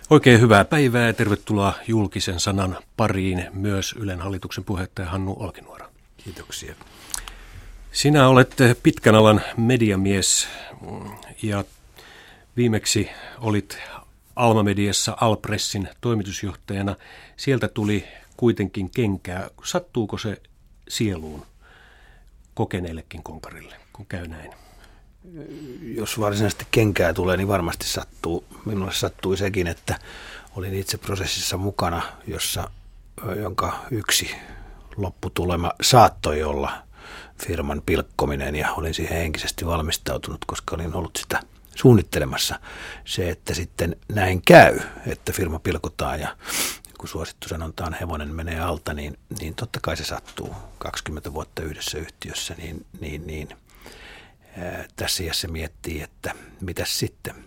Oikein hyvää päivää ja tervetuloa julkisen sanan pariin myös Ylen hallituksen puheenjohtaja Hannu Olkinuora. Kiitoksia. Sinä olet pitkän alan mediamies ja viimeksi olit Alma Mediassa Alpressin toimitusjohtajana. Sieltä tuli kuitenkin kenkää. Sattuuko se sieluun kokeneellekin konkarille, kun käy näin? Jos varsinaisesti kenkää tulee, niin varmasti sattuu. Minulle sattui sekin, että olin itse prosessissa mukana, jonka yksi lopputulema saattoi olla firman pilkkominen, ja olin siihen henkisesti valmistautunut, koska olin ollut sitä suunnittelemassa. Se, että sitten näin käy, että firma pilkotaan ja kun suosittu sanonta on hevonen menee alta, niin totta kai se sattuu 20 vuotta yhdessä yhtiössä, niin tässä iässä miettii, että mitäs sitten.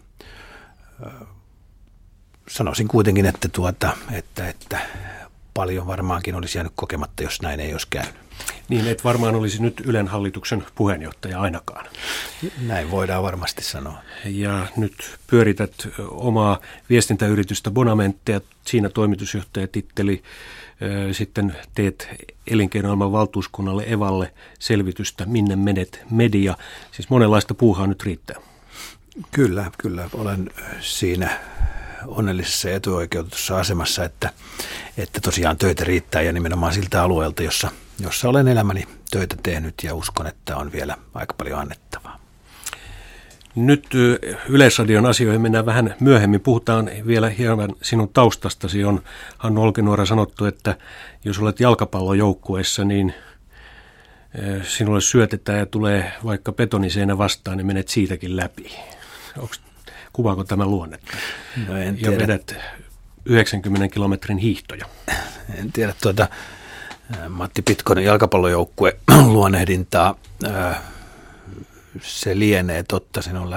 Sanoisin kuitenkin, että paljon varmaankin olisi jäänyt kokematta, jos näin ei olisi käynyt. Niin, et varmaan olisi nyt Ylen hallituksen puheenjohtaja ainakaan. Näin voidaan varmasti sanoa. Ja nyt pyörität omaa viestintäyritystä Bonamenttea, siinä toimitusjohtajatitteli. Sitten teet elinkeinoelämän valtuuskunnalle Evalle selvitystä, minne menet media. Siis monenlaista puuhaa nyt riittää. Kyllä. Olen siinä onnellisessa ja etuoikeutetussa asemassa, että tosiaan töitä riittää ja nimenomaan siltä alueelta, jossa olen elämäni töitä tehnyt ja uskon, että on vielä aika paljon annettavaa. Nyt Yleisradion asioihin mennään vähän myöhemmin. Puhutaan vielä hieman sinun taustastasi. On Hannu Olkinuora sanottu, että jos olet jalkapallojoukkueessa, niin sinulle syötetään ja tulee vaikka betoniseinä vastaan, niin menet siitäkin läpi. Kuvaako tämä luonnetta? No en tiedä. Ja vedät 90 kilometrin hiihtoja. En tiedä Matti Pitkonen jalkapallojoukkue luonnehdintaa. Se lienee totta, sinun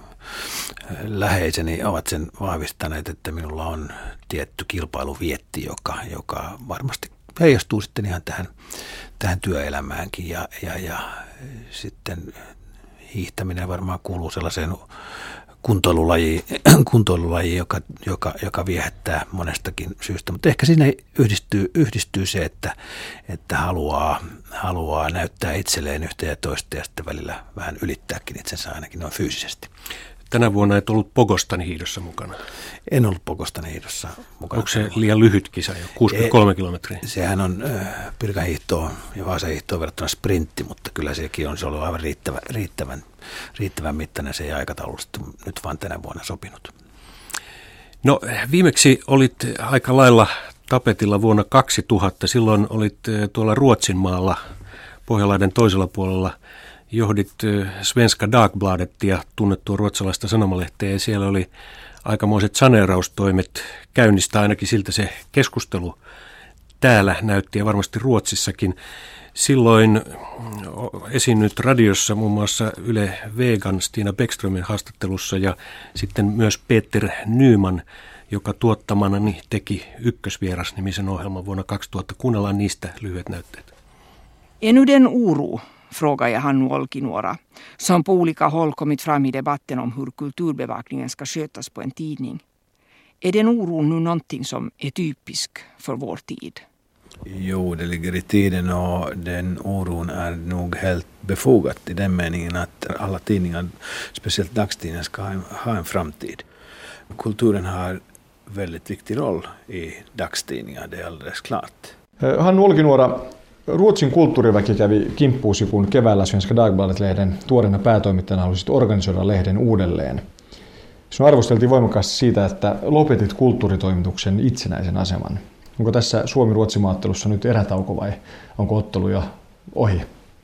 läheiseni ovat sen vahvistaneet, että minulla on tietty kilpailuvietti, joka varmasti heijastuu sitten ihan tähän työelämäänkin ja sitten hiihtäminen varmaan kuuluu sellaiseen kuntoilulajiin, joka viehättää monestakin syystä, mutta ehkä siinä yhdistyy se, että haluaa näyttää itselleen yhtä ja toista ja sitten välillä vähän ylittääkin itsensä ainakin noin fyysisesti. Tänä vuonna et ollut Pogostan hiihdossa mukana. En ollut Pogostan hiihdossa mukana. Onko se liian lyhyt kisa jo, 63 kilometriä? Sehän on Pirkanhiihtoon ja Vaasan-hiihtoon verrattuna sprintti, mutta kyllä sekin on ollut aivan riittävän mittainen, se ei aikataulusta nyt vaan tänä vuonna sopinut. No viimeksi olit aika lailla tapetilla vuonna 2000. Silloin olit tuolla Ruotsinmaalla Pohjanlahden toisella puolella. Johdit Svenska Dagbladetia, tunnettua ruotsalaista sanomalehteä, ja siellä oli aikamoiset saneeraustoimet käynnistä, ainakin siltä se keskustelu täällä näytti ja varmasti Ruotsissakin. Silloin esiinnyt radiossa muun muassa Yle Vegan Stina Bäckströmin haastattelussa ja sitten myös Peter Nyman, joka tuottamanani teki Ykkösvieras-nimisen ohjelman vuonna 2000. Kuunnellaan niistä lyhyet näytteet. Den oro, frågar jag Hannu Olkinuora, som på olika håll kommit fram i debatten om hur kulturbevakningen ska skötas på en tidning. Är den oron nu någonting som är typisk för vår tid? Jo, det ligger i tiden och den oron är nog helt befogat i den meningen att alla tidningar, speciellt dagstidningar, ska ha en framtid. Kulturen har väldigt viktig roll i dagstidningar, det är alldeles klart. Hannu Olkinuora, Ruotsin kulttuuriväki kävi kimppuusi, kun keväällä Svenska Dagbladet-lehden tuoreena päätoimittajana halusit organisoida lehden uudelleen. Sinua arvosteltiin voimakkaasti siitä, että lopetit kulttuuritoimituksen itsenäisen aseman. Onko tässä Suomi-Ruotsi-maattelussa nyt erätauko vai onko ottelu jo ohi?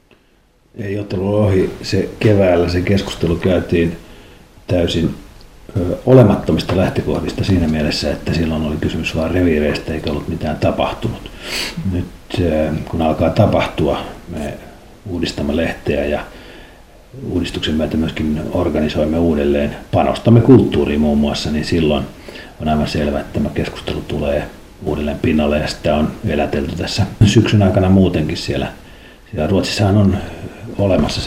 Ei ottelu ohi. Keväällä se keskustelu käytiin täysin olemattomista lähtökohdista siinä mielessä, että silloin oli kysymys vain reviireistä eikä ollut mitään tapahtunut. Nyt kun alkaa tapahtua, me uudistamme lehteä ja uudistuksen myötä myöskin organisoimme uudelleen, panostamme kulttuuriin muun muassa, niin silloin on aivan selvää, että tämä keskustelu tulee uudelleen pinnalle ja sitä on elätelty tässä syksyn aikana muutenkin siellä. Ruotsissahan on olemassa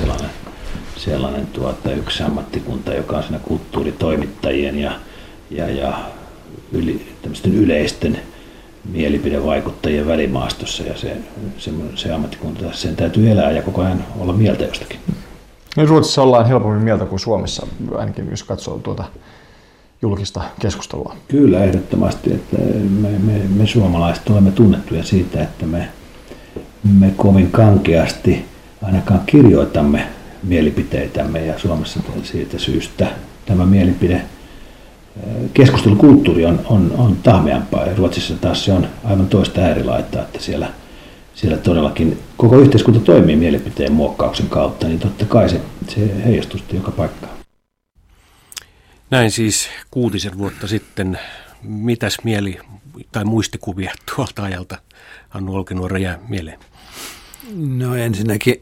sellainen yksi ammattikunta, joka on siinä kulttuuritoimittajien ja tämmöisten yleisten mielipidevaikuttajien välimaastossa, ja se ammattikunta, sen täytyy elää ja koko ajan olla mieltä jostakin. Niin Ruotsissa ollaan helpommin mieltä kuin Suomessa, ainakin jos katsoo tuota julkista keskustelua. Kyllä, ehdottomasti. Että me suomalaiset olemme tunnettuja siitä, että me kovin kankeasti ainakaan kirjoitamme mielipiteitämme, ja Suomessa siitä syystä tämä keskustelukulttuuri on tahmeampaa, ja Ruotsissa taas se on aivan toista äärilaitaa, että siellä todellakin koko yhteiskunta toimii mielipiteen muokkauksen kautta, niin totta kai se heijastuu sitten joka paikkaan. Näin siis 6 vuotta sitten. Mitäs tai muistikuvia tuolta ajalta Hannu Olkinuora jää mieleen? No ensinnäkin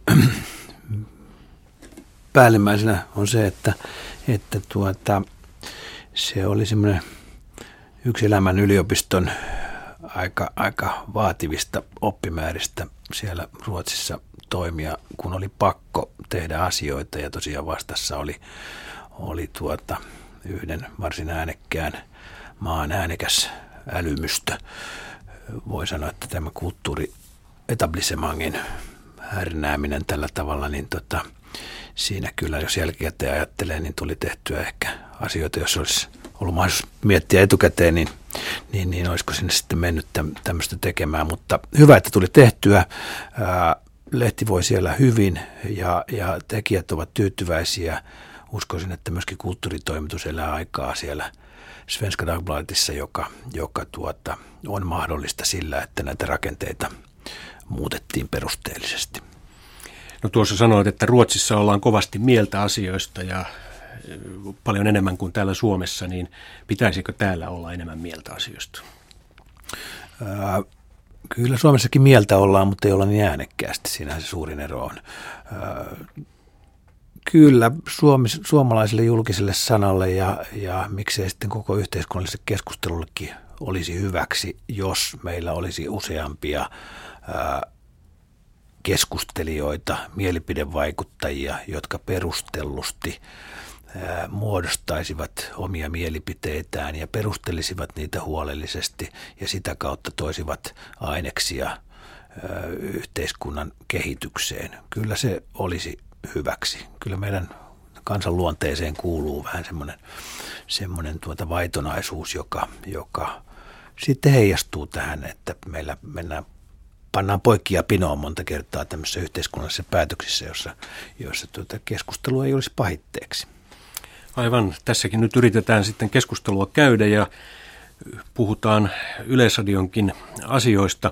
päällimmäisenä on se, että se oli semmoinen yksi elämän yliopiston aika vaativista oppimääristä siellä Ruotsissa toimia, kun oli pakko tehdä asioita, ja tosiaan vastassa oli yhden varsin äänekkään maan äänekäs älymystö. Voi sanoa, että tämä kulttuurietablissemangin härnääminen tällä tavalla, niin siinä kyllä, jos jälkikäteen ajattelee, niin tuli tehtyä ehkä asioita, jos olisi ollut mahdollisuus miettiä etukäteen, niin olisiko sinne sitten mennyt tämmöistä tekemään. Mutta hyvä, että tuli tehtyä. Lehti voi siellä hyvin ja tekijät ovat tyytyväisiä. Uskoisin, että myöskin kulttuuritoimitus elää aikaa siellä Svenska Dagbladetissa, joka on mahdollista sillä, että näitä rakenteita muutettiin perusteellisesti. No tuossa sanoit, että Ruotsissa ollaan kovasti mieltä asioista ja paljon enemmän kuin täällä Suomessa, niin pitäisikö täällä olla enemmän mieltä asioista? Kyllä Suomessakin mieltä ollaan, mutta ei olla niin äänekkäästi. Siinähän se suurin ero on. Kyllä suomalaiselle julkiselle sanalle ja miksei sitten koko yhteiskunnalliselle keskustelullekin olisi hyväksi, jos meillä olisi useampia keskustelijoita, mielipidevaikuttajia, jotka perustellusti muodostaisivat omia mielipiteitään ja perustelisivat niitä huolellisesti ja sitä kautta toisivat aineksia yhteiskunnan kehitykseen. Kyllä se olisi hyväksi. Kyllä meidän kansan luonteeseen kuuluu vähän semmoinen vaitonaisuus, joka sitten heijastuu tähän, että meillä pannaan poikki ja pinoon monta kertaa tämmöisissä yhteiskunnallisissa päätöksissä, joissa keskustelu ei olisi pahitteeksi. Aivan. Tässäkin nyt yritetään sitten keskustelua käydä ja puhutaan Yleisradionkin asioista.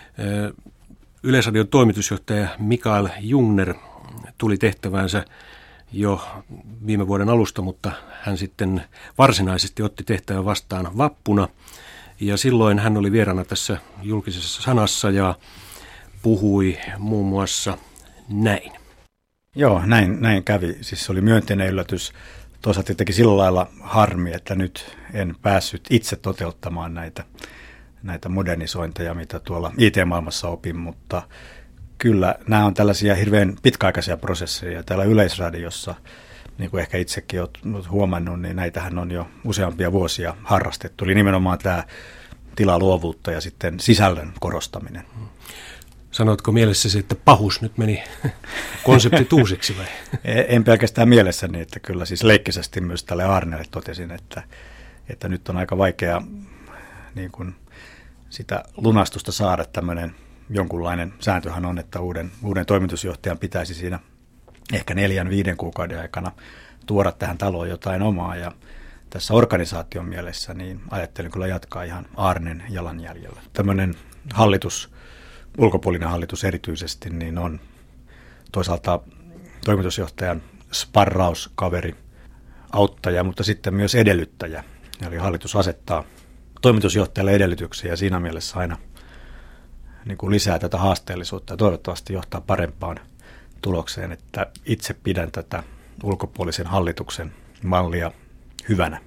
Yleisradion toimitusjohtaja Mikael Jungner tuli tehtävänsä jo viime vuoden alusta, mutta hän sitten varsinaisesti otti tehtävän vastaan vappuna. Ja silloin hän oli vieraana tässä julkisessa sanassa ja puhui muun muassa näin. Joo, näin kävi. Siis se oli myönteinen yllätys. Toisaalta tietenkin sillä lailla harmi, että nyt en päässyt itse toteuttamaan näitä modernisointeja, mitä tuolla IT-maailmassa opin, mutta kyllä nämä on tällaisia hirveän pitkäaikaisia prosesseja. Täällä Yleisradiossa, niin kuin ehkä itsekin olet huomannut, niin näitähän on jo useampia vuosia harrastettu. Eli nimenomaan tämä tilaluovuutta ja sitten sisällön korostaminen. Sanoitko mielessäsi, että pahus nyt meni konseptit uusiksi vai? En pelkästään mielessäni, että kyllä siis leikkisesti myös tälle Aarnelle totesin, että nyt on aika vaikea niin kuin sitä lunastusta saada. Tämmöinen jonkunlainen sääntöhän on, että uuden toimitusjohtajan pitäisi siinä ehkä 4-5 kuukauden aikana tuoda tähän taloon jotain omaa, ja tässä organisaation mielessä niin ajattelin kyllä jatkaa ihan Aarnen jalanjäljellä. Tämmöinen ulkopuolinen hallitus erityisesti, niin on toisaalta toimitusjohtajan sparrauskaveri, auttaja, mutta sitten myös edellyttäjä. Eli hallitus asettaa toimitusjohtajalle edellytyksiä ja siinä mielessä aina niin kuin lisää tätä haasteellisuutta ja toivottavasti johtaa parempaan tulokseen, että itse pidän tätä ulkopuolisen hallituksen mallia hyvänä.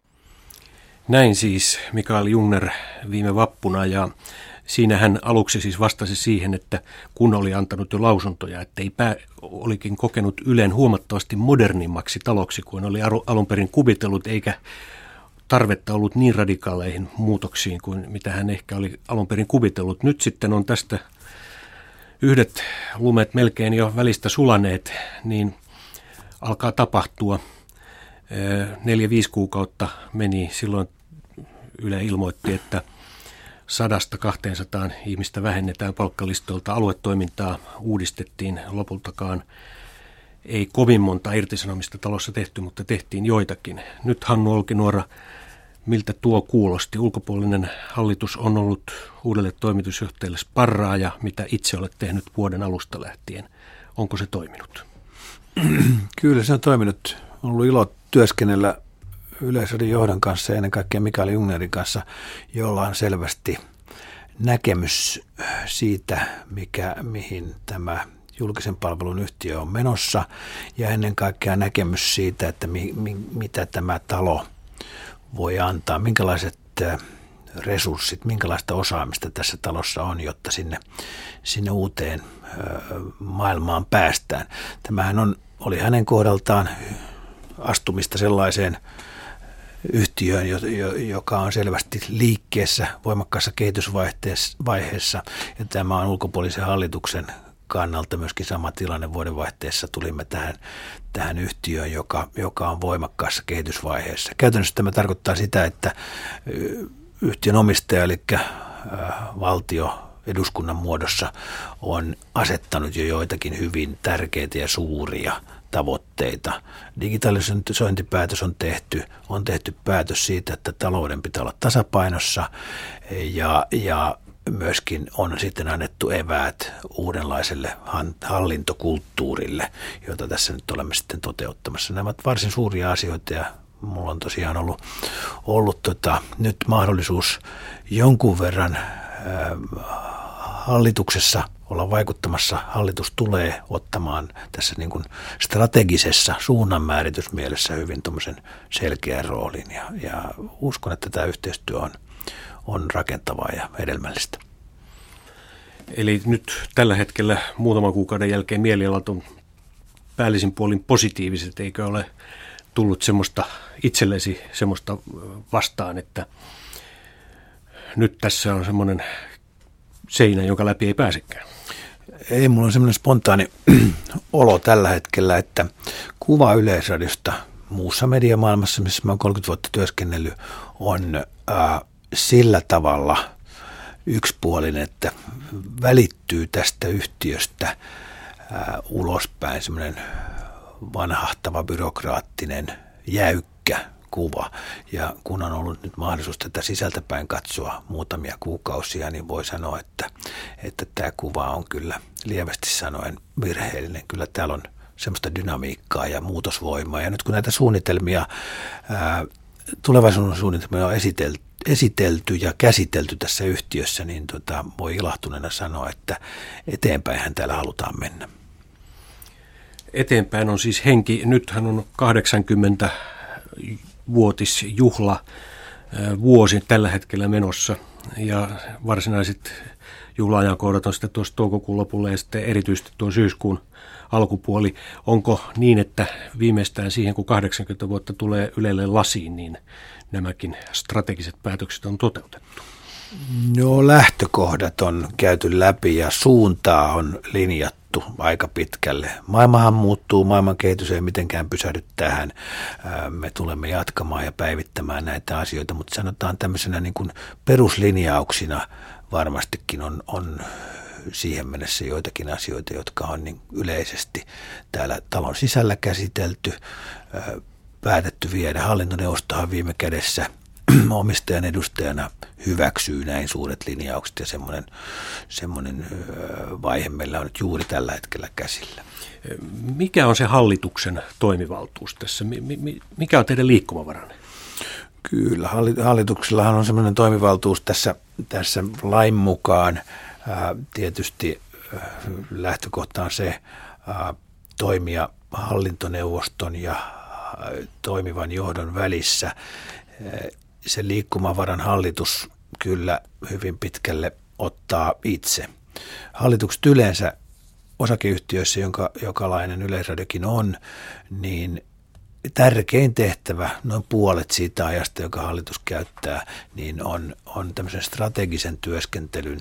Näin siis Mikael Jungner viime vappuna, ja siinä hän aluksi siis vastasi siihen, että kun oli antanut jo lausuntoja, että olikin kokenut Ylen huomattavasti modernimmaksi taloksi kuin oli alun perin kuvitellut, eikä tarvetta ollut niin radikaaleihin muutoksiin kuin mitä hän ehkä oli alun perin kuvitellut. Nyt sitten on tästä yhdet lumet melkein jo välistä sulaneet, niin alkaa tapahtua. 4-5 kuukautta meni, silloin Yle ilmoitti, että 100-200 ihmistä vähennetään palkkalistoilta, aluetoimintaa uudistettiin, lopultakaan ei kovin monta irtisanomista talossa tehty, mutta tehtiin joitakin. Nyt Hannu Olkinuora, miltä tuo kuulosti? Ulkopuolinen hallitus on ollut uudelle toimitusjohtajalle sparraaja, mitä itse olet tehnyt vuoden alusta lähtien. Onko se toiminut? Kyllä se on toiminut. On ollut ilo työskennellä Yleisradion johdon kanssa ja ennen kaikkea Mikael Jungnerin kanssa, jolla on selvästi näkemys siitä, mihin tämä julkisen palvelun yhtiö on menossa ja ennen kaikkea näkemys siitä, että mitä tämä talo voi antaa, minkälaiset resurssit, minkälaista osaamista tässä talossa on, jotta sinne uuteen maailmaan päästään. Tämähän oli hänen kohdaltaan astumista sellaiseen yhtiöön, joka on selvästi liikkeessä, voimakkaassa kehitysvaiheessa, ja tämä on ulkopuolisen hallituksen kannalta myöskin sama tilanne. Vuodenvaihteessa tulimme tähän yhtiöön, joka on voimakkaassa kehitysvaiheessa. Käytännössä tämä tarkoittaa sitä, että yhtiön omistaja, eli valtio eduskunnan muodossa, on asettanut jo joitakin hyvin tärkeitä ja suuria tavoitteita. Digitalisointipäätös on tehty päätös siitä, että talouden pitää olla tasapainossa ja myöskin on sitten annettu eväät uudenlaiselle hallintokulttuurille, jota tässä nyt olemme sitten toteuttamassa. Nämä ovat varsin suuria asioita ja mulla on tosiaan ollut nyt mahdollisuus jonkun verran hallituksessa olla vaikuttamassa. Hallitus tulee ottamaan tässä niin kuin strategisessa suunnanmääritysmielessä hyvin tuommoisen selkeän roolin ja uskon, että tämä yhteistyö on rakentavaa ja hedelmällistä. Eli nyt tällä hetkellä muutaman kuukauden jälkeen mielialat on päällisin puolin positiiviset, eikö ole tullut itsellesi semmoista vastaan, että nyt tässä on semmoinen seinä, jonka läpi ei pääsekään? Ei, mulla on semmoinen spontaani olo tällä hetkellä, että kuva Yleisradiosta muussa mediamaailmassa, missä mä oon 30 vuotta työskennellyt, on sillä tavalla yksipuolinen, että välittyy tästä yhtiöstä ulospäin semmoinen vanhahtava, byrokraattinen, jäykkä kuva. Ja kun on ollut nyt mahdollisuus tätä sisältäpäin katsoa muutamia kuukausia, niin voi sanoa, että tämä kuva on kyllä lievästi sanoen virheellinen. Kyllä täällä on semmoista dynamiikkaa ja muutosvoimaa. Ja nyt kun näitä suunnitelmia, tulevaisuuden suunnitelmia on esitelty ja käsitelty tässä yhtiössä, niin voi ilahtuneena sanoa, että eteenpäinhän täällä halutaan mennä. Eteenpäin on siis henki. Nythän on 80-vuotisjuhla vuosi tällä hetkellä menossa ja varsinaiset juhla-ajankohdat on sitten tuossa toukokuun lopulla ja sitten erityisesti tuo syyskuun alkupuoli. Onko niin, että viimeistään siihen, kun 80 vuotta tulee Ylelle lasiin, niin nämäkin strategiset päätökset on toteutettu? No, lähtökohdat on käyty läpi ja suuntaa on linjattu aika pitkälle. Maailmahan muuttuu, maailman kehitys ei mitenkään pysähdy tähän. Me tulemme jatkamaan ja päivittämään näitä asioita, mutta sanotaan tämmöisenä niin kuin peruslinjauksina varmastikin on siihen mennessä joitakin asioita, jotka on niin yleisesti täällä talon sisällä käsitelty, päätetty viedä. Hallintoneuvostohan viime kädessä omistajan edustajana hyväksyy näin suuret linjaukset ja semmoinen vaihe meillä on nyt juuri tällä hetkellä käsillä. Mikä on se hallituksen toimivaltuus tässä? Mikä on teidän liikkumavaranne? Kyllä, hallituksellahan on semmoinen toimivaltuus tässä lain mukaan. Tietysti lähtökohta on se toimia hallintoneuvoston ja toimivan johdon välissä. Se liikkumavaran hallitus kyllä hyvin pitkälle ottaa itse. Hallitukset yleensä osakeyhtiöissä, jokalainen Yleisradiokin on, niin tärkein tehtävä, noin puolet siitä ajasta, joka hallitus käyttää, niin on tämmöisen strategisen työskentelyn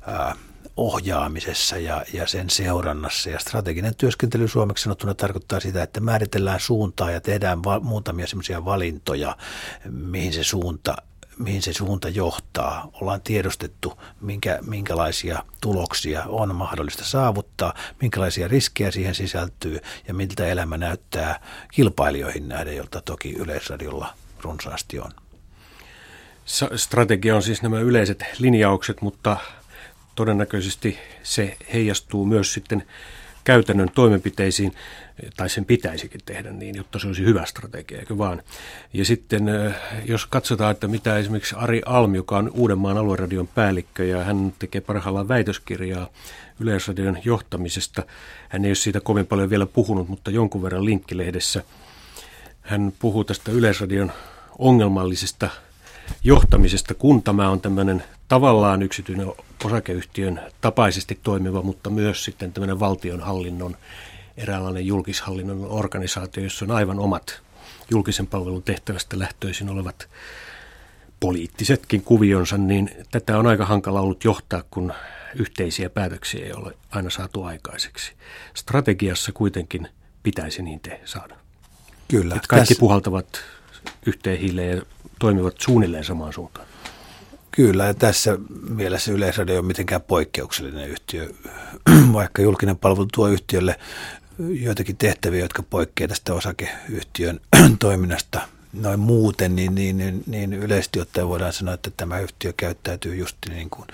ohjaamisessa ja sen seurannassa. Ja strateginen työskentely suomeksi sanottuna tarkoittaa sitä, että määritellään suuntaa ja tehdään muutamia semmoisia valintoja, mihin se suunta johtaa. Ollaan tiedostettu, minkälaisia tuloksia on mahdollista saavuttaa, minkälaisia riskejä siihen sisältyy ja miltä elämä näyttää kilpailijoihin nähden, jolta toki Yleisradiolla runsaasti on. Strategia on siis nämä yleiset linjaukset, mutta todennäköisesti se heijastuu myös sitten käytännön toimenpiteisiin, tai sen pitäisikin tehdä niin, jotta se olisi hyvä strategia, eikö vaan? Ja sitten jos katsotaan, että mitä esimerkiksi Ari Alm, joka on Uudenmaan alueradion päällikkö, ja hän tekee parhaillaan väitöskirjaa Yleisradion johtamisesta. Hän ei ole siitä kovin paljon vielä puhunut, mutta jonkun verran Linkkilehdessä. Hän puhuu tästä Yleisradion ongelmallisesta johtamisesta, kun tämä on tämmöinen tavallaan yksityinen osakeyhtiön tapaisesti toimiva, mutta myös sitten tämmöinen valtionhallinnon, eräänlainen julkishallinnon organisaatio, jossa on aivan omat julkisen palvelun tehtävästä lähtöisin olevat poliittisetkin kuvionsa, niin tätä on aika hankala ollut johtaa, kun yhteisiä päätöksiä ei ole aina saatu aikaiseksi. Strategiassa kuitenkin pitäisi niin saada. Kyllä. Että kaikki puhaltavat yhteen hiileen ja toimivat suunnilleen samaan suuntaan. Kyllä, ja tässä mielessä Yleisradio ei ole mitenkään poikkeuksellinen yhtiö, vaikka julkinen palvelu tuo yhtiölle joitakin tehtäviä, jotka poikkeavat tästä osakeyhtiön toiminnasta noin muuten, niin yleisesti ottaen voidaan sanoa, että tämä yhtiö käyttäytyy just niin kuin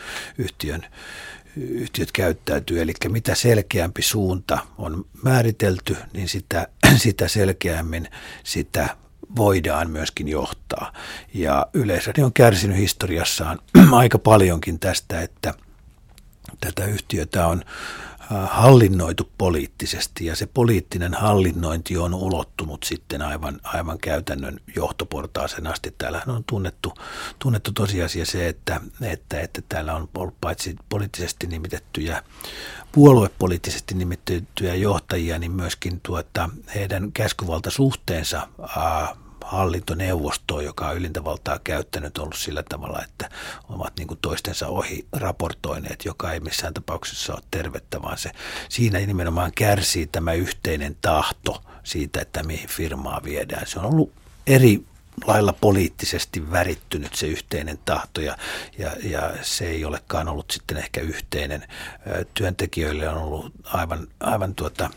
yhtiöt käyttäytyy. Eli mitä selkeämpi suunta on määritelty, niin sitä selkeämmin sitä voidaan myöskin johtaa. Ja Yleisradio on kärsinyt historiassaan aika paljonkin tästä, että tätä yhtiötä on hallinnoitu poliittisesti, ja se poliittinen hallinnointi on ulottunut sitten aivan käytännön johtoportaaseen asti. Täällähän on tunnettu tosiasia se, että täällä on ollut paitsi poliittisesti nimetettyjä, puoluepoliittisesti nimetettyjä johtajia, niin myöskin heidän käskyvaltasuhteensa hallintoneuvostoa, joka on ylintä valtaa käyttänyt, ollut sillä tavalla, että ovat niin kuin toistensa ohi raportoineet, joka ei missään tapauksessa ole tervettä, vaan se siinä nimenomaan kärsii tämä yhteinen tahto siitä, että mihin firmaa viedään. Se on ollut eri lailla poliittisesti värittynyt se yhteinen tahto, ja se ei olekaan ollut sitten ehkä yhteinen. Työntekijöille on ollut aivan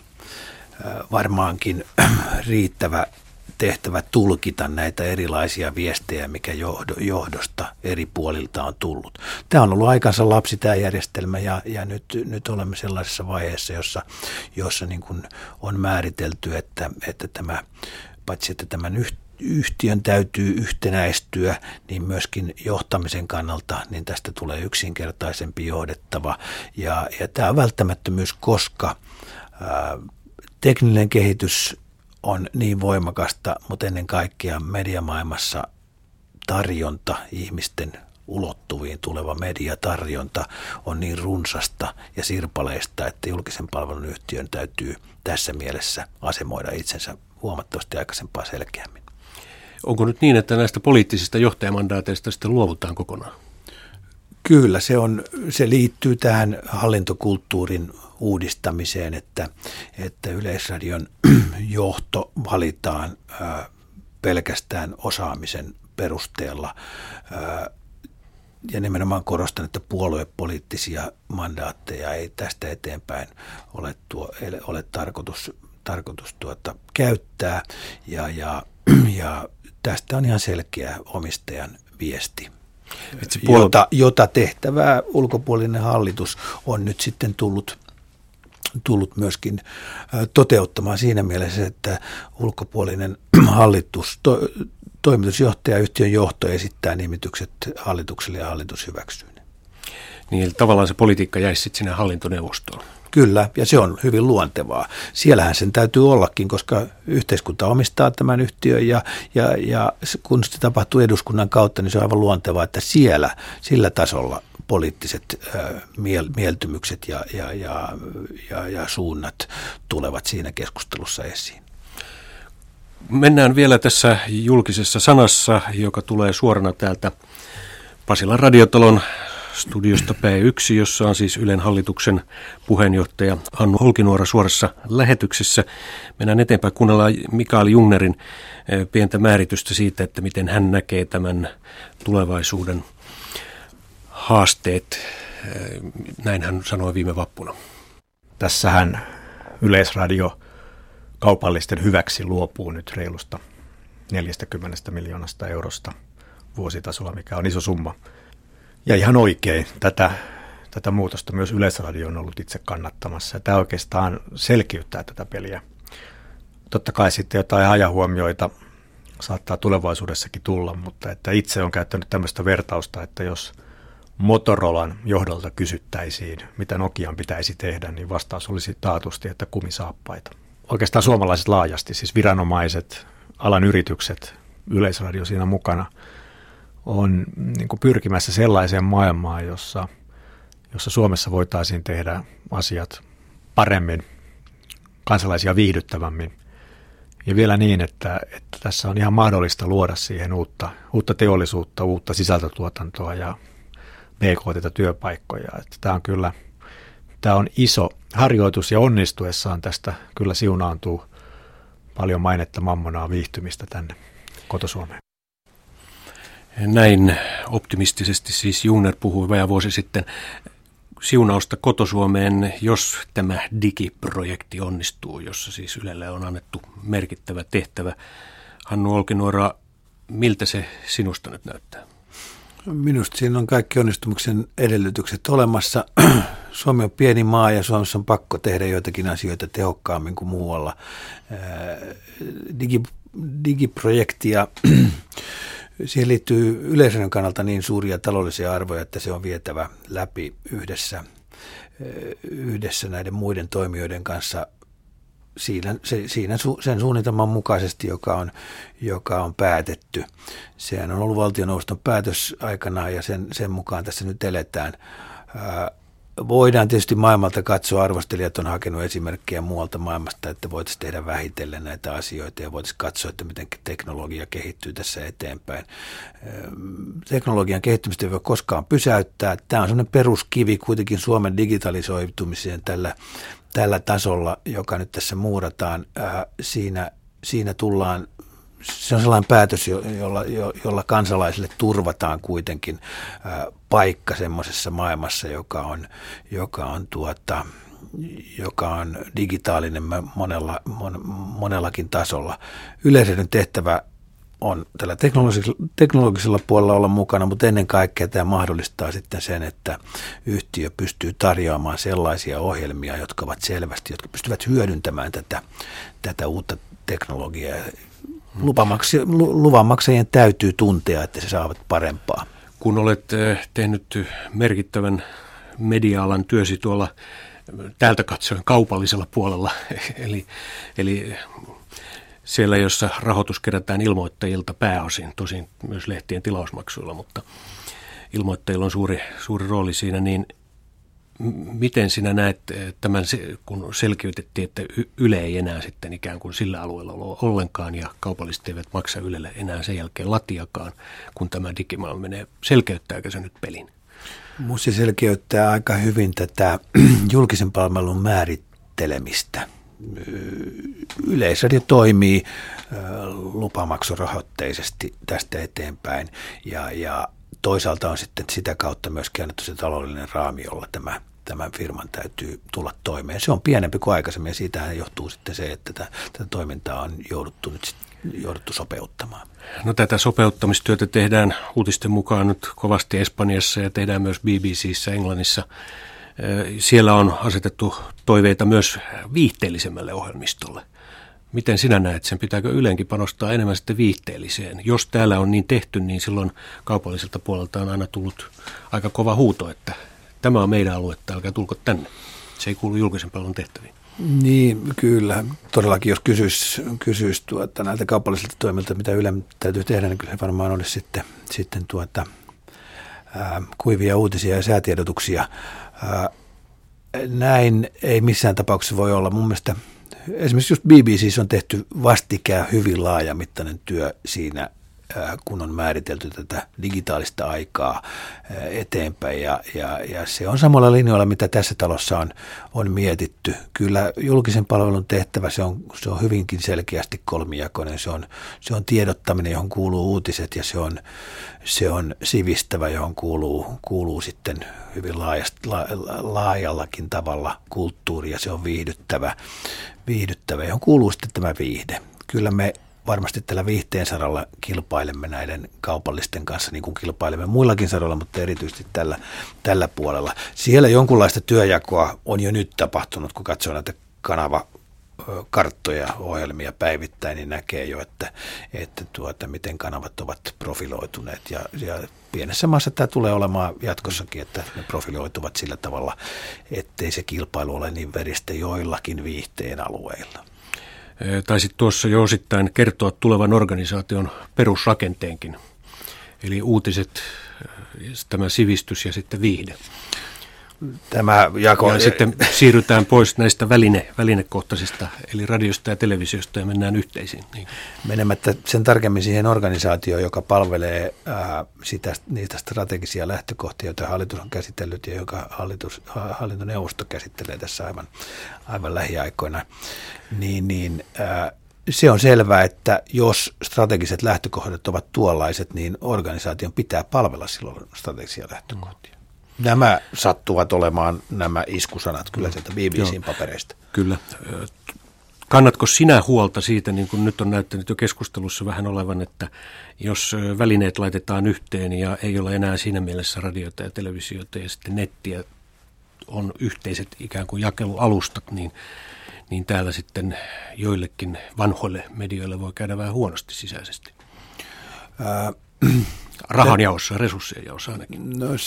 varmaankin riittävä tehtävä tulkita näitä erilaisia viestejä, mikä johdosta eri puolilta on tullut. Tämä on ollut aikansa lapsi tämä järjestelmä, ja nyt olemme sellaisessa vaiheessa, jossa niin kuin on määritelty, että tämä, paitsi että tämän yhtiön täytyy yhtenäistyä, niin myöskin johtamisen kannalta, niin tästä tulee yksinkertaisempi johdettava. Ja tämä on välttämättömyys, koska tekninen kehitys on niin voimakasta, mutta ennen kaikkea mediamaailmassa tarjonta, ihmisten ulottuviin tuleva mediatarjonta on niin runsasta ja sirpaleista, että julkisen palvelun yhtiön täytyy tässä mielessä asemoida itsensä huomattavasti aikaisempaa selkeämmin. Onko nyt niin, että näistä poliittisista johtajamandaateista sitten luovutaan kokonaan? Kyllä, se liittyy tähän hallintokulttuurin uudistamiseen, että Yleisradion johto valitaan pelkästään osaamisen perusteella. Ja nimenomaan korostan, että puoluepoliittisia mandaatteja ei tästä eteenpäin ole tarkoitus käyttää. Ja tästä on ihan selkeä omistajan viesti. Jota tehtävää ulkopuolinen hallitus on nyt sitten tullut myöskin toteuttamaan siinä mielessä, että ulkopuolinen hallitus, toimitusjohtaja, yhtiön johto esittää nimitykset hallitukselle ja hallitus hyväksyy ne. Niin tavallaan se politiikka jäisi sitten sinne hallintoneuvostoon. Kyllä, ja se on hyvin luontevaa. Siellähän sen täytyy ollakin, koska yhteiskunta omistaa tämän yhtiön, ja kun se tapahtuu eduskunnan kautta, niin se on aivan luontevaa, että sillä tasolla poliittiset mieltymykset ja suunnat tulevat siinä keskustelussa esiin. Mennään vielä tässä julkisessa sanassa, joka tulee suorana täältä Pasilan radiotalon studiosta P1, jossa on siis Ylen hallituksen puheenjohtaja Hannu Olkinuora suorassa lähetyksessä. Mennään eteenpäin, kuunnellaan Mikael Jungnerin pientä määritystä siitä, että miten hän näkee tämän tulevaisuuden haasteet. Näin hän sanoi viime vappuna. Tässähän Yleisradio kaupallisten hyväksi luopuu nyt reilusta 40 miljoonasta eurosta vuositasolla, mikä on iso summa. Ja ihan oikein tätä muutosta myös Yleisradio on ollut itse kannattamassa. Ja tämä oikeastaan selkiyttää tätä peliä. Totta kai sitten jotain hajahuomioita saattaa tulevaisuudessakin tulla, mutta että itse on käyttänyt tämmöistä vertausta, että jos Motorolan johdolta kysyttäisiin, mitä Nokian pitäisi tehdä, niin vastaus olisi taatusti, että kumisaappaita. Oikeastaan suomalaiset laajasti, siis viranomaiset, alan yritykset, Yleisradio siinä mukana, on niin kuin pyrkimässä sellaiseen maailmaan, jossa Suomessa voitaisiin tehdä asiat paremmin, kansalaisia viihdyttävämmin. Ja vielä niin, että tässä on ihan mahdollista luoda siihen uutta teollisuutta, uutta sisältötuotantoa ja BKT-työpaikkoja. Tämä on iso harjoitus ja onnistuessaan tästä kyllä siunaantuu paljon mainetta, mammonaa, viihtymistä tänne koto-Suomeen. Näin optimistisesti siis Jungner puhui vajaa vuosi sitten siunausta koto-Suomeen, jos tämä digiprojekti onnistuu, jossa siis Ylelle on annettu merkittävä tehtävä. Hannu Olkinuora, miltä se sinusta nyt näyttää? Minusta siinä on kaikki onnistumuksen edellytykset olemassa. Suomi on pieni maa ja Suomessa on pakko tehdä joitakin asioita tehokkaammin kuin muualla. Digiprojektia, siihen liittyy Yleisradion kannalta niin suuria taloudellisia arvoja, että se on vietävä läpi yhdessä näiden muiden toimijoiden kanssa sen suunnitelman mukaisesti, joka on päätetty. Sehän on ollut valtioneuvoston päätös aikanaan ja sen mukaan tässä nyt eletään. Voidaan tietysti maailmalta katsoa, arvostelijat on hakenut esimerkkejä muualta maailmasta, että voitaisiin tehdä vähitellen näitä asioita ja voitaisiin katsoa, että miten teknologia kehittyy tässä eteenpäin. Teknologian kehittymistä ei voi koskaan pysäyttää. Tämä on sellainen peruskivi kuitenkin Suomen digitalisoitumiseen tällä tasolla, joka nyt tässä muurataan. Siinä tullaan, se on sellainen päätös, jolla kansalaisille turvataan kuitenkin paikka semmoisessa maailmassa, joka on digitaalinen monellakin tasolla. Yleisradion tehtävä on tällä teknologisella puolella olla mukana, mutta ennen kaikkea tämä mahdollistaa sitten sen, että yhtiö pystyy tarjoamaan sellaisia ohjelmia, jotka pystyvät hyödyntämään tätä uutta teknologiaa. Luvanmaksajien täytyy tuntea, että se saavat parempaa. Kun olet tehnyt merkittävän media-alan työsi tuolla täältä katsoen kaupallisella puolella, eli siellä, jossa rahoitus kerätään ilmoittajilta pääosin, tosin myös lehtien tilausmaksuilla, mutta ilmoittajilla on suuri rooli siinä, niin miten sinä näet tämän, kun selkiytettiin, että Yle ei enää sitten ikään kuin sillä alueella ole ollenkaan ja kaupalliset eivät maksa Ylelle enää sen jälkeen latiakaan, kun tämä digimaailma menee, selkeyttääkö se nyt pelin? Minusta se selkeyttää aika hyvin tätä julkisen palvelun määrittelemistä. Yleisradio toimii lupamaksurahoitteisesti tästä eteenpäin ja toisaalta on sitten sitä kautta myöskin annettu se taloudellinen raami, jolla tämän firman täytyy tulla toimeen. Se on pienempi kuin aikaisemmin ja siitähän johtuu sitten se, että tätä toimintaa on jouduttu sopeuttamaan. No tätä sopeuttamistyötä tehdään uutisten mukaan nyt kovasti Espanjassa ja tehdään myös BBC:ssä Englannissa. Siellä on asetettu toiveita myös viihteellisemmälle ohjelmistolle. Miten sinä näet sen? Pitääkö Ylenkin panostaa enemmän sitten viihteelliseen? Jos täällä on niin tehty, niin silloin kaupalliselta puolelta on aina tullut aika kova huuto, että tämä on meidän aluetta, älkää tulko tänne. Se ei kuulu julkisen palvelun tehtäviin. Niin, kyllä. Todellakin, jos kysyisi näiltä kaupallisilta toimilta, mitä Yle täytyy tehdä, niin kyllä se varmaan olisi sitten kuivia uutisia ja säätiedotuksia. Näin ei missään tapauksessa voi olla. Mun mielestä esimerkiksi just BBC:ssä on tehty vastikään hyvin laajamittainen työ siinä, kun on määritelty tätä digitaalista aikaa eteenpäin. Ja se on samalla linjoilla, mitä tässä talossa on mietitty. Kyllä julkisen palvelun tehtävä, se on hyvinkin selkeästi kolmijakoinen. Se on tiedottaminen, johon kuuluu uutiset, ja se on sivistävä, johon kuuluu sitten hyvin laajallakin tavalla kulttuuri, ja se on viihdyttävä, johon kuuluu sitten tämä viihde. Kyllä me varmasti tällä viihteen saralla kilpailemme näiden kaupallisten kanssa, niin kuin kilpailemme muillakin saroilla, mutta erityisesti tällä puolella. Siellä jonkunlaista työjakoa on jo nyt tapahtunut, kun katsoo näitä kanavakarttoja, ohjelmia päivittäin, niin näkee jo, että miten kanavat ovat profiloituneet. Ja pienessä maassa tämä tulee olemaan jatkossakin, että ne profiloituvat sillä tavalla, ettei se kilpailu ole niin veristä joillakin viihteen alueilla. Taisit tuossa jo osittain kertoa tulevan organisaation perusrakenteenkin, eli uutiset, tämä sivistys ja sitten viihde. Tämä jako... Ja sitten siirrytään pois näistä välinekohtaisista, eli radiosta ja televisiosta, ja mennään yhteisiin. Niin. Menemättä sen tarkemmin siihen organisaatioon, joka palvelee niitä strategisia lähtökohtia, joita hallitus on käsitellyt ja joka hallintoneuvosto käsittelee tässä aivan lähiaikoina, niin se on selvää, että jos strategiset lähtökohdat ovat tuollaiset, niin organisaation pitää palvella silloin strategisia lähtökohtia. Nämä sattuvat olemaan nämä iskusanat kyllä sieltä BBC:n papereista. Kyllä. Kannatko sinä huolta siitä, niin kuin nyt on näyttänyt jo keskustelussa vähän olevan, että jos välineet laitetaan yhteen ja ei ole enää siinä mielessä radiota ja televisiota ja sitten nettiä on yhteiset ikään kuin jakelualustat, niin täällä sitten joillekin vanhoille medioille voi käydä vähän huonosti sisäisesti? Rahanjaossa, resurssien jaossa ainakin. No,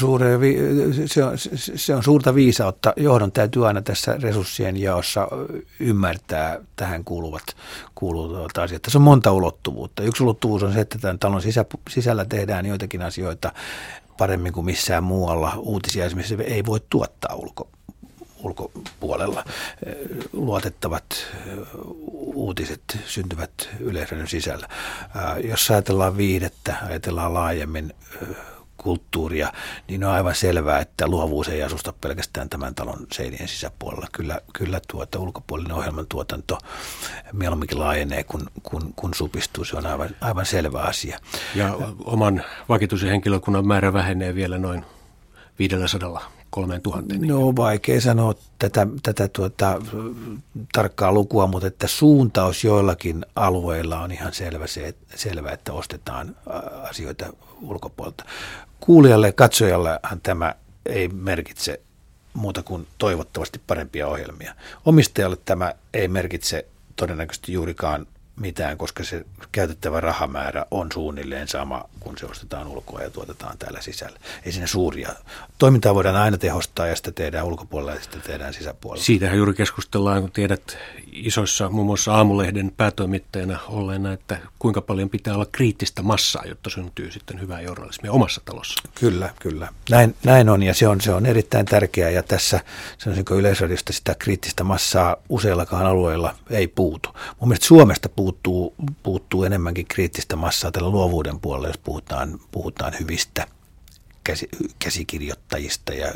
se on suurta viisautta. Johdon täytyy aina tässä resurssien jaossa ymmärtää tähän kuuluvat asiat. Tässä on monta ulottuvuutta. Yksi ulottuvuus on se, että tämän talon sisällä tehdään joitakin asioita paremmin kuin missään muualla. Uutisia esimerkiksi ei voi tuottaa ulkopuolella. Luotettavat uutiset syntyvät Yleisradion sisällä. Jos ajatellaan viihdettä, ajatellaan laajemmin kulttuuria, niin on aivan selvää, että luovuus ei asusta pelkästään tämän talon seinien sisäpuolella. Kyllä ulkopuolinen ohjelmantuotanto mieluummin laajenee, kun supistuu. Se on aivan selvä asia. Ja oman vakituisen henkilökunnan määrä vähenee vielä noin 500 3000. No vaikea sanoa tätä tarkkaa lukua, mutta että suuntaus joillakin alueilla on ihan selvä, että ostetaan asioita ulkopuolelta. Kuulijalle ja katsojallehan tämä ei merkitse muuta kuin toivottavasti parempia ohjelmia. Omistajalle tämä ei merkitse todennäköisesti juurikaan mitään, koska se käytettävä rahamäärä on suunnilleen sama, kun se ostetaan ulkoa ja tuotetaan täällä sisällä. Ei siinä suuria. Toimintaa voidaan aina tehostaa ja sitä tehdään ulkopuolella ja sitä tehdään sisäpuolella. Siitähän juuri keskustellaan, kun tiedät isoissa, muun muassa Aamulehden päätoimittajana olleena, että kuinka paljon pitää olla kriittistä massaa, jotta syntyy sitten hyvää journalismia omassa talossa. Kyllä. Näin on ja se on erittäin tärkeää ja tässä sanoisinko Yleisradiosta sitä kriittistä massaa useillakaan alueilla ei puutu. Mun mielestä Suomesta puuttuu enemmänkin kriittistä massaa tällä luovuuden puolella, jos puhutaan hyvistä käsikirjoittajista ja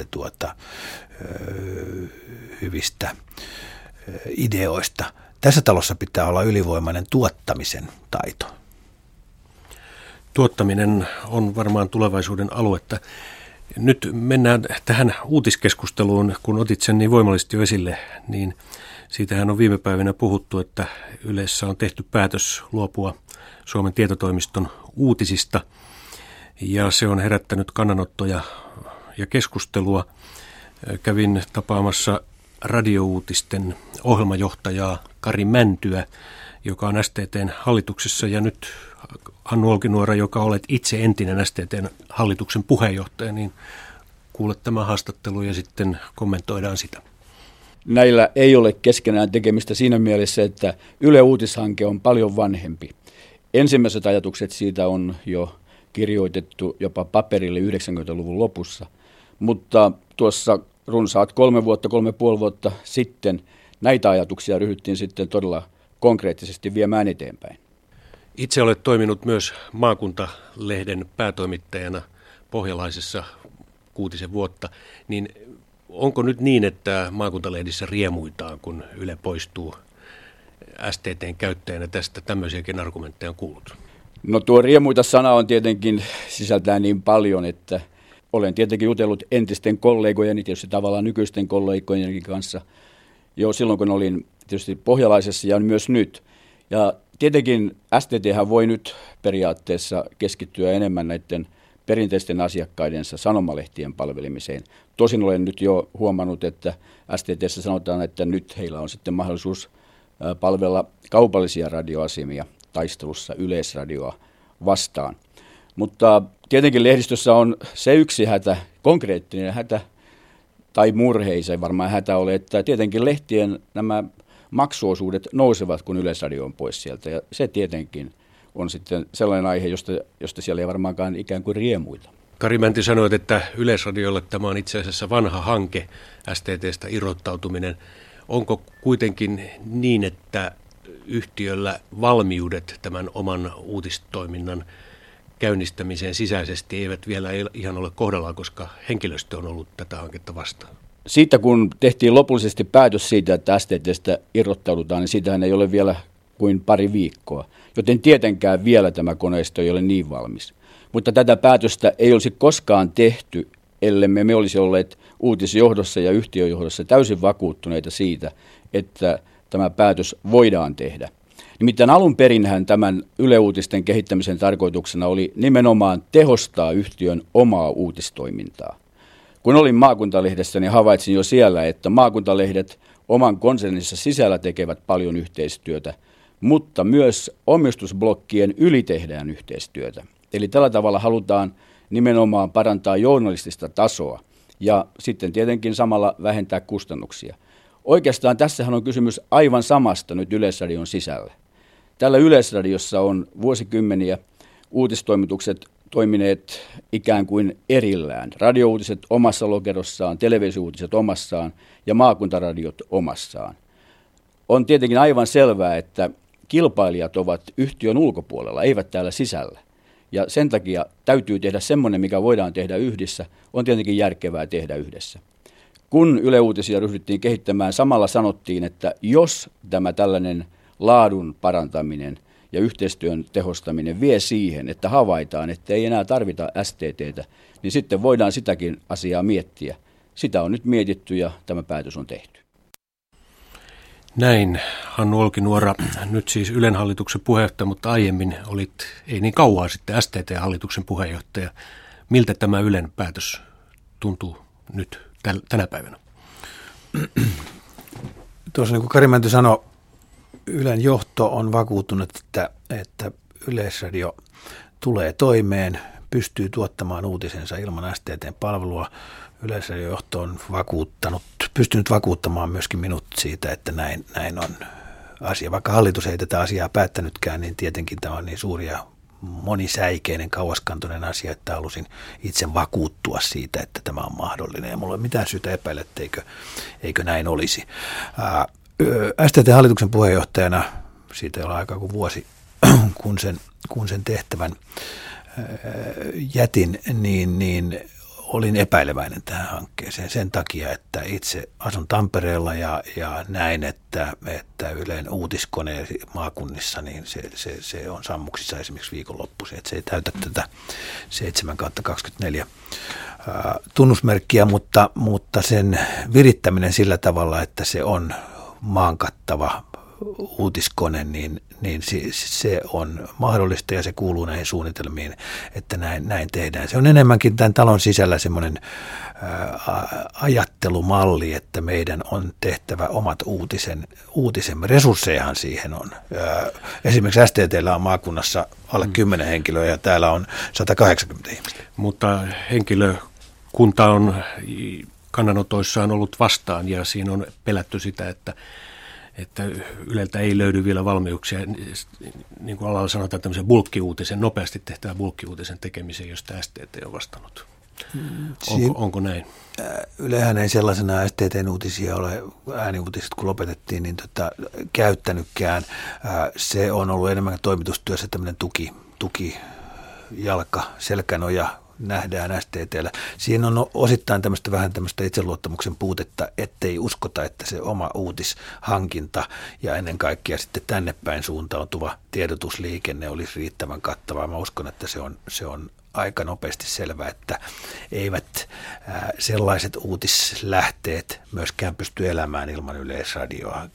hyvistä ideoista. Tässä talossa pitää olla ylivoimainen tuottamisen taito. Tuottaminen on varmaan tulevaisuuden aluetta. Nyt mennään tähän uutiskeskusteluun, kun otit sen niin voimallisesti jo esille, niin siitähän on viime päivinä puhuttu, että Ylessä on tehty päätös luopua Suomen tietotoimiston uutisista ja se on herättänyt kannanottoja ja keskustelua. Kävin tapaamassa radiouutisten ohjelmajohtajaa Kari Mäntyä, joka on STT:n hallituksessa ja nyt Hannu Olkinuora, joka olet itse entinen STT:n hallituksen puheenjohtaja, niin kuulet tämä haastattelu ja sitten kommentoidaan sitä. Näillä ei ole keskenään tekemistä siinä mielessä, että Yle Uutishanke on paljon vanhempi. Ensimmäiset ajatukset siitä on jo kirjoitettu jopa paperille 90-luvun lopussa, mutta tuossa runsaat 3,5 vuotta sitten näitä ajatuksia ryhdyttiin sitten todella konkreettisesti viemään eteenpäin. Itse olet toiminut myös maakuntalehden päätoimittajana Pohjalaisessa 6 vuotta, niin onko nyt niin, että maakuntalehdissä riemuitaan, kun Yle poistuu STT:n käyttäjänä? Tästä tämmöisiäkin argumentteja on kuullut. No tuo riemuita sana on tietenkin sisältää niin paljon, että olen tietenkin jutellut entisten kollegojeni, tietysti tavallaan nykyisten kollegojeni kanssa jo silloin, kun olin tietysti Pohjalaisessa ja myös nyt. Ja tietenkin STT:hän voi nyt periaatteessa keskittyä enemmän näiden perinteisten asiakkaidensa sanomalehtien palvelemiseen. Tosin olen nyt jo huomannut, että STT:ssä sanotaan, että nyt heillä on sitten mahdollisuus palvella kaupallisia radioasemia taistelussa Yleisradioa vastaan. Mutta tietenkin lehdistössä on se yksi hätä, konkreettinen hätä, tai murheisen varmaan hätä ole, että tietenkin lehtien nämä maksuosuudet nousevat, kun Yleisradio on pois sieltä. Ja se tietenkin on sitten sellainen aihe, josta siellä ei varmaankaan ikään kuin riemuita. Kari Mänty sanoi, että Yleisradiolle tämä on itse asiassa vanha hanke, STT:stä irrottautuminen. Onko kuitenkin niin, että yhtiöllä valmiudet tämän oman uutistoiminnan käynnistämiseen sisäisesti eivät vielä ihan ole kohdallaan, koska henkilöstö on ollut tätä hanketta vastaan? Siitä kun tehtiin lopullisesti päätös siitä, että STT:stä irrottaudutaan, niin siitähän ei ole vielä kuin pari viikkoa. Joten tietenkään vielä tämä koneisto ei ole niin valmis. Mutta tätä päätöstä ei olisi koskaan tehty, ellemme me olisi olleet uutisjohdossa ja yhtiöjohdossa täysin vakuuttuneita siitä, että tämä päätös voidaan tehdä. Nimittäin alun perinhän tämän Yle Uutisten kehittämisen tarkoituksena oli nimenomaan tehostaa yhtiön omaa uutistoimintaa. Kun olin maakuntalehdessä, niin havaitsin jo siellä, että maakuntalehdet oman konserninsa sisällä tekevät paljon yhteistyötä, mutta myös omistusblokkien yli tehdään yhteistyötä. Eli tällä tavalla halutaan nimenomaan parantaa journalistista tasoa ja sitten tietenkin samalla vähentää kustannuksia. Oikeastaan tässähän on kysymys aivan samasta nyt Yleisradion sisällä. Tällä Yleisradiossa on vuosikymmeniä uutistoimitukset toimineet ikään kuin erillään. Radiouutiset omassa lokerossaan, televisiouutiset omassaan ja maakuntaradiot omassaan. On tietenkin aivan selvää, että kilpailijat ovat yhtiön ulkopuolella, eivät täällä sisällä. Ja sen takia täytyy tehdä semmoinen, mikä voidaan tehdä yhdessä, on tietenkin järkevää tehdä yhdessä. Kun Yle Uutisia ryhdyttiin kehittämään, samalla sanottiin, että jos tämä tällainen laadun parantaminen ja yhteistyön tehostaminen vie siihen, että havaitaan, että ei enää tarvita STT:tä, niin sitten voidaan sitäkin asiaa miettiä. Sitä on nyt mietitty ja tämä päätös on tehty. Näin, Hannu Olkinuora, nyt siis Ylen hallituksen puheenjohtaja, mutta aiemmin olit ei niin kauan sitten STT-hallituksen puheenjohtaja. Miltä tämä Ylen päätös tuntuu nyt tänä päivänä? Tuossa niin kuin Kari Mänty sanoi, Ylen johto on vakuuttunut, että Yleisradio tulee toimeen, pystyy tuottamaan uutisensa ilman STT:n palvelua. Yleisradion johto on pystynyt vakuuttamaan myöskin minut siitä, että näin on asia. Vaikka hallitus ei tätä asiaa päättänytkään, niin tietenkin tämä on niin suuri ja monisäikeinen, kauaskantoinen asia, että halusin itse vakuuttua siitä, että tämä on mahdollinen. Ja mulla ei ole mitään syytä epäillä, eikö näin olisi. STT-hallituksen puheenjohtajana, siitä ei ole aikaa kuin vuosi, kun sen tehtävän jätin, niin olin epäileväinen tähän hankkeeseen sen takia, että itse asun Tampereella ja näin, että Ylen uutiskone maakunnissa, niin se on sammuksissa esimerkiksi viikonloppuisin, että se ei täytä tätä 7/24 tunnusmerkkiä, mutta sen virittäminen sillä tavalla, että se on maankattava uutiskone, niin se on mahdollista ja se kuuluu näihin suunnitelmiin, että näin tehdään. Se on enemmänkin tämän talon sisällä semmoinen ajattelumalli, että meidän on tehtävä omat uutisemme. Resurssejahan siihen on. Esimerkiksi STT:llä on maakunnassa alle 10 henkilöä ja täällä on 180 ihmistä. Mutta henkilökunta on kannanotoissaan ollut vastaan ja siinä on pelätty sitä, että Yleltä ei löydy vielä valmiuksia, niin kuin alalla sanotaan, tämmöisen bulkkiuutisen, nopeasti tehtävän bulkkiuutisen tekemiseen, josta STT on vastannut. Onko näin? Ylehän ei sellaisena STT:n uutisia ole, ääniuutiset kun lopetettiin, niin käyttänytkään. Se on ollut enemmän toimitustyössä tämmöinen tukijalka, selkänoja nähdään STT:llä. Siinä on osittain vähän tämmöistä itseluottamuksen puutetta, ettei uskota, että se oma uutishankinta ja ennen kaikkea sitten tänne päin suuntautuva tiedotusliikenne olisi riittävän kattavaa. Mä uskon, että se on aika nopeasti selvää, että eivät sellaiset uutislähteet myöskään pysty elämään ilman Yleisradioa.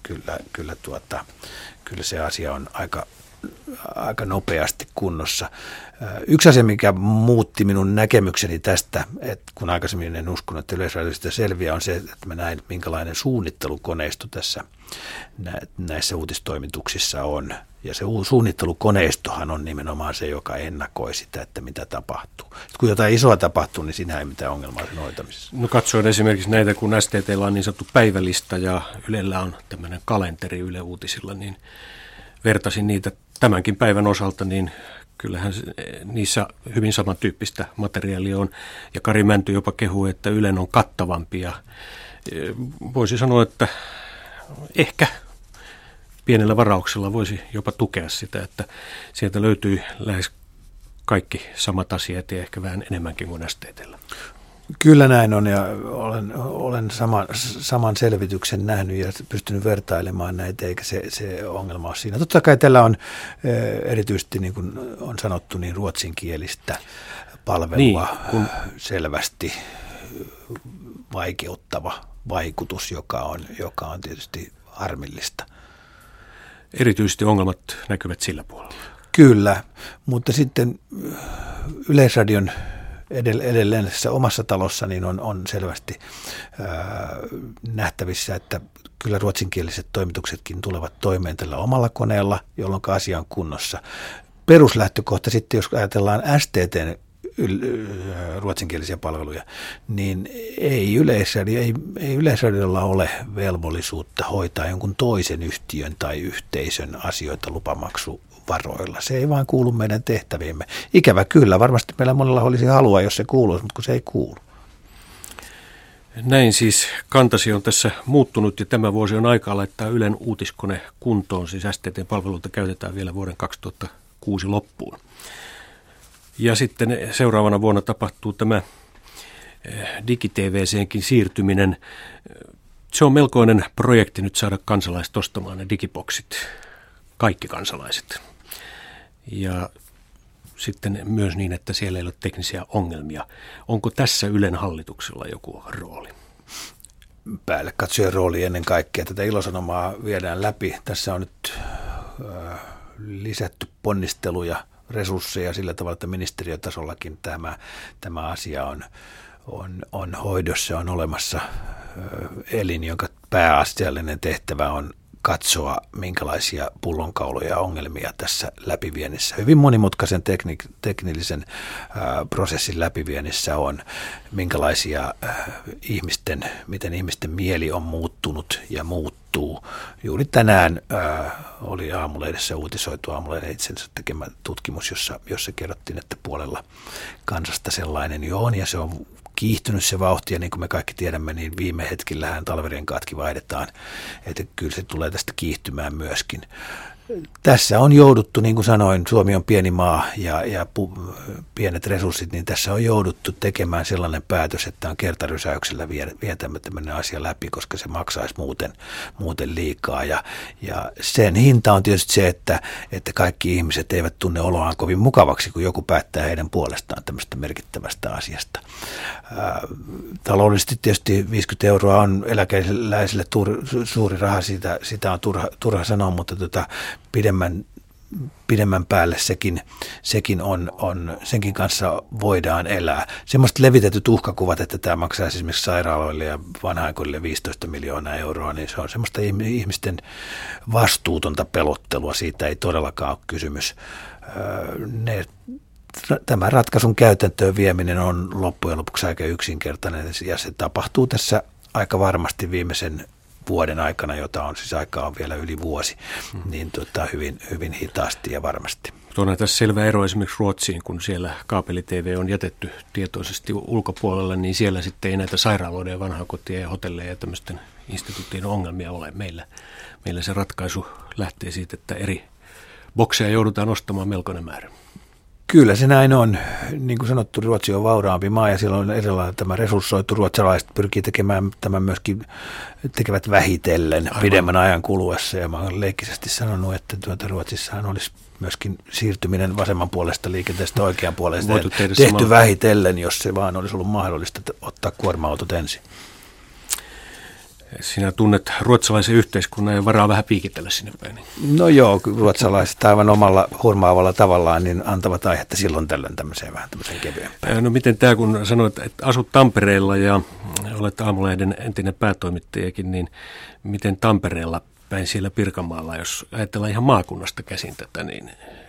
Kyllä se asia on aika nopeasti kunnossa. Yksi asia, mikä muutti minun näkemykseni tästä, että kun aikaisemmin en uskonut, että Yleisradiosta selviää, on se, että mä näin, minkälainen suunnittelukoneisto tässä näissä uutistoimituksissa on. Ja se suunnittelukoneistohan on nimenomaan se, joka ennakoi sitä, että mitä tapahtuu. Sitten kun jotain isoa tapahtuu, niin siinä ei mitään ongelmaa sen hoitamisessa. No katsoin esimerkiksi näitä, kun STT:llä on niin sanottu päivälista ja Ylellä on tämmöinen kalenteri Yle Uutisilla, niin vertasin niitä tämänkin päivän osalta, niin kyllähän niissä hyvin samantyyppistä materiaalia on. Ja Kari Mänty jopa kehuu, että Ylen on kattavampi ja voisi sanoa, että ehkä pienellä varauksella voisi jopa tukea sitä, että sieltä löytyy lähes kaikki samat asiat ja ehkä vähän enemmänkin kuin STT:llä. Kyllä näin on ja olen saman selvityksen nähnyt ja pystynyt vertailemaan näitä, eikä se ongelma ole siinä. Totta kai tällä on erityisesti, niin kuin on sanottu, niin ruotsinkielistä palvelua selvästi vaikeuttava vaikutus, joka on tietysti harmillista. Erityisesti ongelmat näkyvät sillä puolella. Kyllä, mutta sitten Yleisradion edelleen tässä omassa talossa niin on selvästi nähtävissä, että kyllä ruotsinkieliset toimituksetkin tulevat toimeen tällä omalla koneella, jolloin asia on kunnossa. Peruslähtökohta sitten, jos ajatellaan STT:n ruotsinkielisiä palveluja, niin ei Yleisradiolla ole velvollisuutta hoitaa jonkun toisen yhtiön tai yhteisön asioita lupamaksuvaroilla. Se ei vaan kuulu meidän tehtäviimme. Ikävä kyllä, varmasti meillä monella olisi halua, jos se kuuluisi, mutta kun se ei kuulu. Näin siis kantasi on tässä muuttunut ja tämä vuosi on aikaa laittaa Ylen uutiskone kuntoon. Siis STT:n palveluita käytetään vielä vuoden 2006 loppuun. Ja sitten seuraavana vuonna tapahtuu tämä digi-TV:seenkin siirtyminen. Se on melkoinen projekti nyt saada kansalaiset ostamaan ne digiboksit, kaikki kansalaiset. Ja sitten myös niin, että siellä ei ole teknisiä ongelmia. Onko tässä Ylen hallituksella joku rooli? Päälle katsojen rooli ennen kaikkea. Tätä ilosanomaa viedään läpi. Tässä on nyt lisätty ponnisteluja, resursseja sillä tavalla, että ministeriötasollakin tämä asia on hoidossa, on olemassa elin, jonka pääasiallinen tehtävä on katsoa, minkälaisia pullonkauloja ja ongelmia tässä läpiviennissä, hyvin monimutkaisen teknillisen prosessin läpiviennissä on, minkälaisia miten ihmisten mieli on muuttunut ja muuttuu. Juuri tänään oli Aamulehdessä uutisoitu Aamulehden itsensä tekemä tutkimus, jossa kerrottiin, että puolella kansasta sellainen jo on ja se on kiihtynyt se vauhti ja niin kuin me kaikki tiedämme, niin viime hetkillähän talvirenkaatkin vaihdetaan, että kyllä se tulee tästä kiihtymään myöskin. Tässä on jouduttu, niin kuin sanoin, Suomi on pieni maa ja pienet resurssit, niin tässä on jouduttu tekemään sellainen päätös, että on kertarysäyksellä vietämme tämmöinen asia läpi, koska se maksaisi muuten liikaa. Ja sen hinta on tietysti se, että kaikki ihmiset eivät tunne oloaan kovin mukavaksi, kun joku päättää heidän puolestaan tämmöistä merkittävästä asiasta. Taloudellisesti tietysti 50 euroa on eläkeläisille suuri raha, sitä on turha sanoa, mutta pidemmän päälle sekin on, senkin kanssa voidaan elää. Semmoiset levitetyt uhkakuvat, että tämä maksaa esimerkiksi sairaaloille ja vanhainkodille 15 miljoonaa euroa, niin se on semmoista ihmisten vastuutonta pelottelua. Siitä ei todellakaan ole kysymys. Tämä ratkaisun käytäntöön vieminen on loppujen lopuksi aika yksinkertainen ja se tapahtuu tässä aika varmasti viimeisen vuoden aikana, jota on siis aikaa on vielä yli vuosi, niin hyvin, hyvin hitaasti ja varmasti. On tässä selvä ero esimerkiksi Ruotsiin, kun siellä kaapeli-TV on jätetty tietoisesti ulkopuolelle, niin siellä sitten ei näitä sairaaloiden ja vanhainkotia ja hotelleja ja tämmöisten instituuttien ongelmia ole. Meillä se ratkaisu lähtee siitä, että eri bokseja joudutaan ostamaan melkoinen määrä. Kyllä se näin on. Niin kuin sanottu, Ruotsi on vauraampi maa ja siellä on erilainen tämä resurssoitu. Ruotsalaiset pyrkii tekemään tämän myöskin, tekevät vähitellen pidemmän ajan kuluessa. Ja mä olen leikkisesti sanonut, että Ruotsissahan olisi myöskin siirtyminen vasemman puolesta liikenteestä oikean puolesta tehty vähitellen, jos se vaan olisi ollut mahdollista ottaa kuorma-autot ensin. Sinä tunnet ruotsalaisen yhteiskunnan ja varaa vähän piikitellä sinne päin. No joo, ruotsalaiset aivan omalla hurmaavalla tavallaan niin antavat aihetta silloin tällöin tämmöiseen kevyempään. No miten tämä, kun sanoit, että asut Tampereella ja olet Aamulehden entinen päätoimittajakin, niin miten Tampereella päin siellä Pirkanmaalla, jos ajatellaan ihan maakunnasta käsin tätä, niin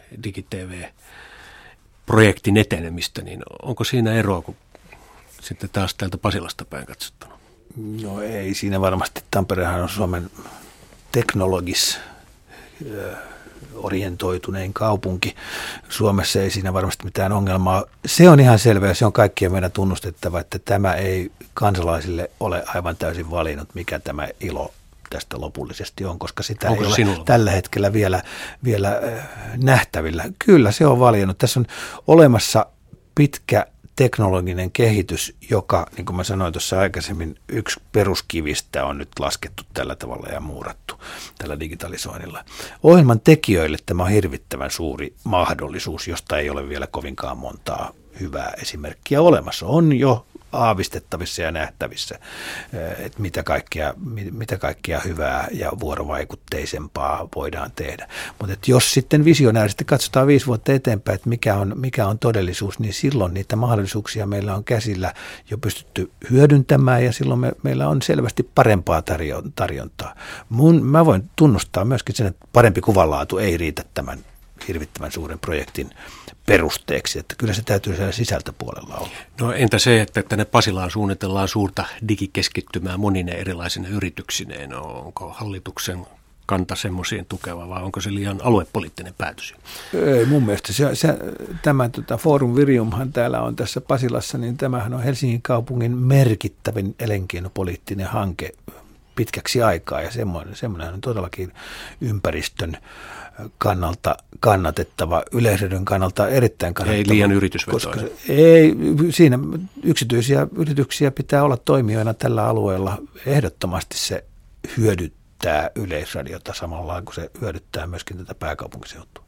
DigiTV-projektin etenemistä, niin onko siinä eroa, kun sitten taas täältä Pasilasta päin katsottuna? No ei siinä varmasti. Tamperehan on Suomen teknologis orientoitunein kaupunki. Suomessa ei siinä varmasti mitään ongelmaa. Se on ihan selvä ja se on kaikkien meidän tunnustettava, että tämä ei kansalaisille ole aivan täysin valinnut, mikä tämä ilo tästä lopullisesti on, koska sitä onko ei ole sinulla tällä hetkellä vielä nähtävillä. Kyllä se on valinnut. Tässä on olemassa pitkä teknologinen kehitys, joka, niin kuin mä sanoin tuossa aikaisemmin, yksi peruskivistä on nyt laskettu tällä tavalla ja muurattu tällä digitalisoinnilla. Ohjelman tekijöille tämä on hirvittävän suuri mahdollisuus, josta ei ole vielä kovinkaan montaa hyvää esimerkkiä olemassa. On jo aavistettavissa ja nähtävissä, että mitä kaikkea hyvää ja vuorovaikutteisempaa voidaan tehdä. Mutta jos sitten visionäärisesti katsotaan 5 vuotta eteenpäin, että mikä on todellisuus, niin silloin niitä mahdollisuuksia meillä on käsillä jo pystytty hyödyntämään ja silloin meillä on selvästi parempaa tarjontaa. Mä voin tunnustaa myöskin sen, että parempi kuvanlaatu ei riitä tämän hirvittävän suuren projektin perusteeksi, että kyllä se täytyy siellä sisältöpuolella olla. No entä se, että tänne Pasilaan suunnitellaan suurta digikeskittymää monine erilaisine yrityksineen? Onko hallituksen kanta semmoisiin tukeva vai onko se liian aluepoliittinen päätös? Ei mun mielestä. Tämä Forum Viriumhan täällä on tässä Pasilassa, niin tämähän on Helsingin kaupungin merkittävin elinkeinopoliittinen hanke pitkäksi aikaa ja semmoinen on todellakin ympäristön kannalta kannatettava, yleisöiden kannalta erittäin kannatettava. Ei liian yritysvetoinen. Ei, siinä yksityisiä yrityksiä pitää olla toimijoina tällä alueella. Ehdottomasti se hyödyttää Yleisradiota samalla kun se hyödyttää myöskin tätä pääkaupunkiseutua.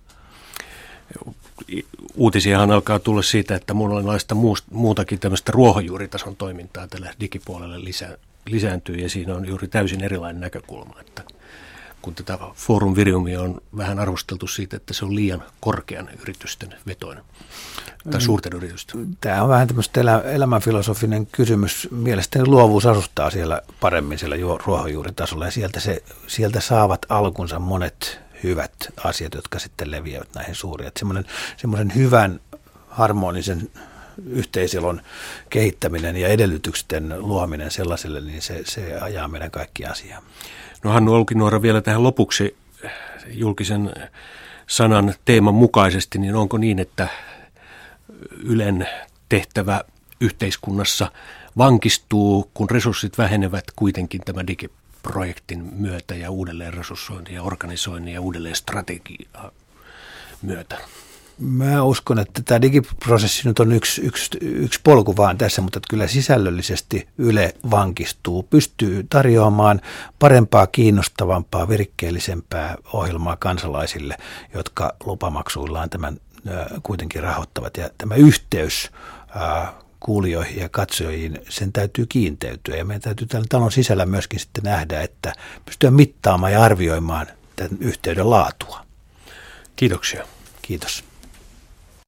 Uutisiahan alkaa tulla siitä, että monenlaista muutakin tämmöistä ruohonjuuritason toimintaa tällä digipuolella lisääntyy ja siinä on juuri täysin erilainen näkökulma, että kun tätä Forum Viriumia on vähän arvosteltu siitä, että se on liian korkean yritysten vetoinen tai suurten yritysten. Tämä on vähän tämmöistä elämänfilosofinen kysymys. Mielestäni luovuus asustaa siellä paremmin siellä ruohonjuuritasolla ja sieltä saavat alkunsa monet hyvät asiat, jotka sitten leviävät näihin suuriin. Semmoisen hyvän harmonisen yhteiselon kehittäminen ja edellytysten luominen sellaiselle, niin se ajaa meidän kaikki asiaa. No Hannu Olkinuora vielä tähän lopuksi julkisen sanan teeman mukaisesti, niin onko niin, että Ylen tehtävä yhteiskunnassa vankistuu, kun resurssit vähenevät kuitenkin tämän digiprojektin myötä ja uudelleen resurssoinnin ja organisoinnin ja uudelleen strategiaa myötä? Mä uskon, että tämä digiprosessi nyt on yksi polku vaan tässä, mutta kyllä sisällöllisesti Yle vankistuu, pystyy tarjoamaan parempaa, kiinnostavampaa, virikkeellisempää ohjelmaa kansalaisille, jotka lupamaksuillaan tämän kuitenkin rahoittavat. Ja tämä yhteys kuulijoihin ja katsojiin, sen täytyy kiinteytyä ja meidän täytyy tämän talon sisällä myöskin sitten nähdä, että pystyä mittaamaan ja arvioimaan tämän yhteyden laatua. Kiitoksia. Kiitos.